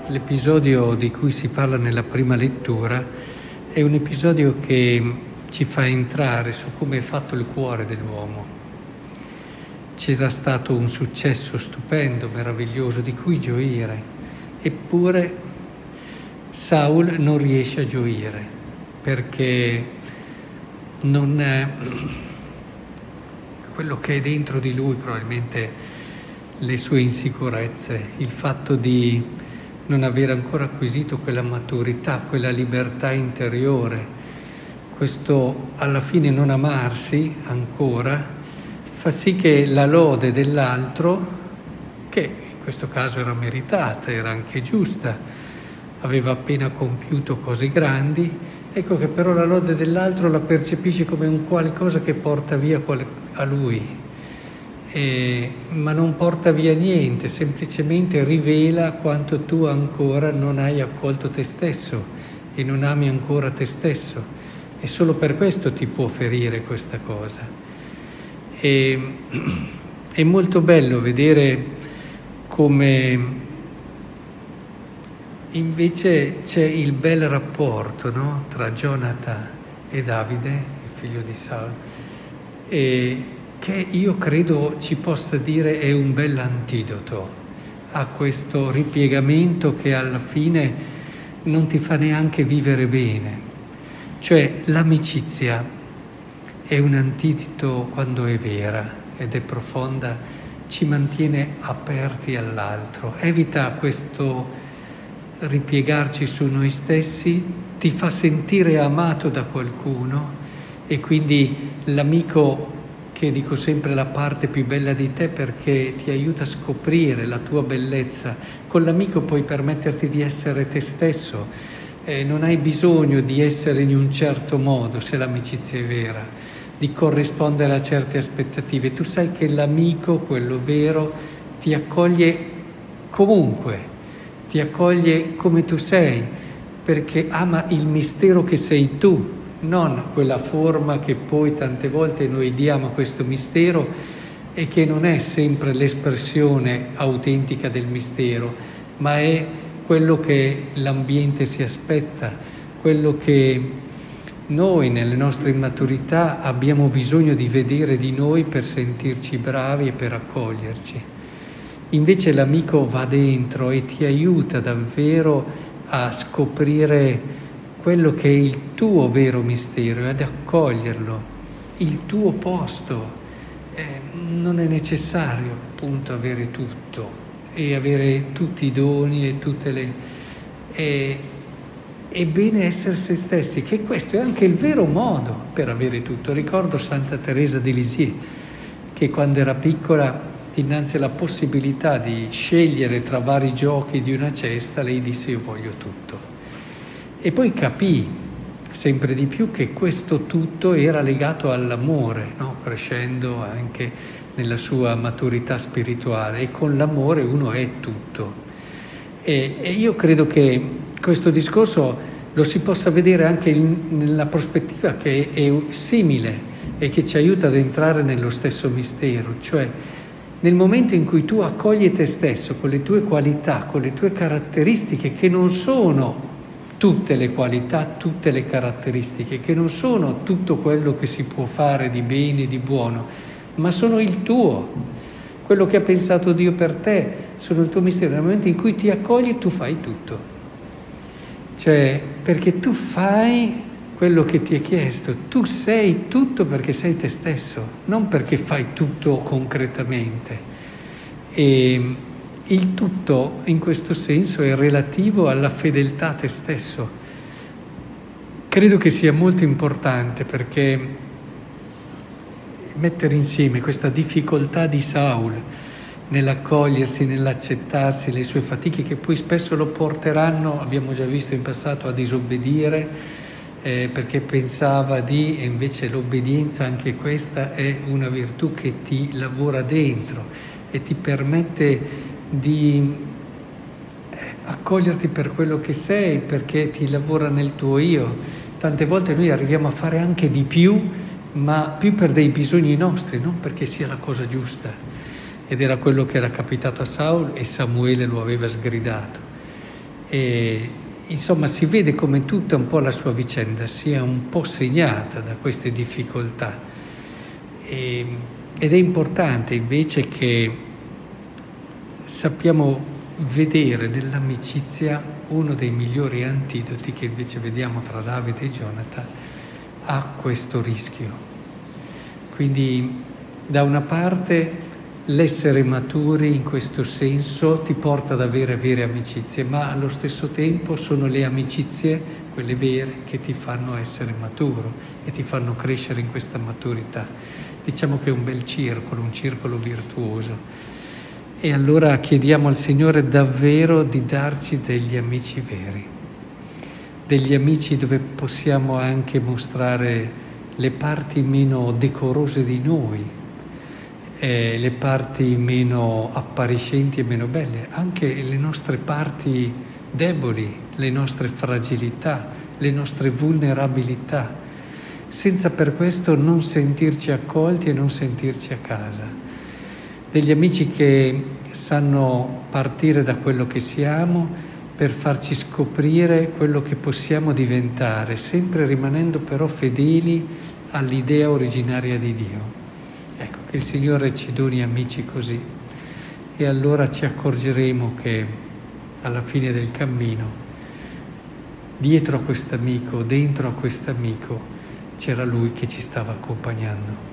L'episodio di cui si parla nella prima lettura è un episodio che ci fa entrare su come è fatto il cuore dell'uomo. C'era stato un successo stupendo, meraviglioso, di cui gioire, eppure Saul non riesce a gioire perché non è quello che è dentro di lui, probabilmente le sue insicurezze, il fatto di non aver ancora acquisito quella maturità, quella libertà interiore, questo alla fine non amarsi ancora, fa sì che la lode dell'altro, che in questo caso era meritata, era anche giusta, aveva appena compiuto cose grandi, ecco che però la lode dell'altro la percepisce come un qualcosa che porta via a lui. Ma non porta via niente, semplicemente rivela quanto tu ancora non hai accolto te stesso e non ami ancora te stesso, e solo per questo ti può ferire questa cosa. È molto bello vedere come invece c'è il bel rapporto, no? Tra Jonathan e Davide, il figlio di Saul, che io credo ci possa dire è un bel antidoto a questo ripiegamento che alla fine non ti fa neanche vivere bene. Cioè l'amicizia è un antidoto quando è vera ed è profonda, ci mantiene aperti all'altro, evita questo ripiegarci su noi stessi, ti fa sentire amato da qualcuno e quindi l'amico, che dico sempre la parte più bella di te, perché ti aiuta a scoprire la tua bellezza. Con l'amico puoi permetterti di essere te stesso, non hai bisogno di essere in un certo modo, se l'amicizia è vera, di corrispondere a certe aspettative. Tu sai che l'amico, quello vero, ti accoglie comunque, ti accoglie come tu sei, perché ama il mistero che sei tu, non quella forma che poi tante volte noi diamo a questo mistero e che non è sempre l'espressione autentica del mistero, ma è quello che l'ambiente si aspetta, quello che noi nelle nostre immaturità abbiamo bisogno di vedere di noi per sentirci bravi e per accoglierci. Invece l'amico va dentro e ti aiuta davvero a scoprire quello che è il tuo vero mistero e ad accoglierlo, il tuo posto. Non è necessario appunto avere tutto e avere tutti i doni e tutte le... È bene essere se stessi, che questo è anche il vero modo per avere tutto. Ricordo Santa Teresa di Lisieux, che quando era piccola, dinanzi alla possibilità di scegliere tra vari giochi di una cesta, lei disse: io voglio tutto. E poi capì sempre di più che questo tutto era legato all'amore, no? Crescendo anche nella sua maturità spirituale, e con l'amore uno è tutto. E io credo che questo discorso lo si possa vedere anche nella prospettiva che è simile e che ci aiuta ad entrare nello stesso mistero, cioè nel momento in cui tu accogli te stesso con le tue qualità, con le tue caratteristiche, che non sono tutte le qualità, tutte le caratteristiche, che non sono tutto quello che si può fare di bene, di buono, ma sono il tuo, quello che ha pensato Dio per te, sono il tuo mistero. Nel momento in cui ti accogli, tu fai tutto. Cioè, perché tu fai quello che ti è chiesto, tu sei tutto perché sei te stesso, non perché fai tutto concretamente. E il tutto in questo senso è relativo alla fedeltà a te stesso. Credo che sia molto importante, perché mettere insieme questa difficoltà di Saul nell'accogliersi, nell'accettarsi le sue fatiche, che poi spesso lo porteranno, abbiamo già visto in passato, a disobbedire, perché pensava di, e invece l'obbedienza, anche questa è una virtù che ti lavora dentro e ti permette di accoglierti per quello che sei, perché ti lavora nel tuo io. Tante volte noi arriviamo a fare anche di più, ma più per dei bisogni nostri, non perché sia la cosa giusta. Ed era quello che era capitato a Saul, e Samuele lo aveva sgridato. E insomma si vede come tutta un po' la sua vicenda sia un po' segnata da queste difficoltà. Ed è importante invece che sappiamo vedere nell'amicizia uno dei migliori antidoti che invece vediamo tra Davide e Jonathan a questo rischio. Quindi da una parte l'essere maturi in questo senso ti porta ad avere vere amicizie, ma allo stesso tempo sono le amicizie, quelle vere, che ti fanno essere maturo e ti fanno crescere in questa maturità. Diciamo che è un bel circolo, un circolo virtuoso. E allora chiediamo al Signore davvero di darci degli amici veri, degli amici dove possiamo anche mostrare le parti meno decorose di noi, le parti meno appariscenti e meno belle, anche le nostre parti deboli, le nostre fragilità, le nostre vulnerabilità, senza per questo non sentirci accolti e non sentirci a casa. Degli amici che sanno partire da quello che siamo per farci scoprire quello che possiamo diventare, sempre rimanendo però fedeli all'idea originaria di Dio. Ecco, che il Signore ci doni amici così e allora ci accorgeremo che alla fine del cammino, dietro a quest'amico, dentro a quest'amico, c'era Lui che ci stava accompagnando.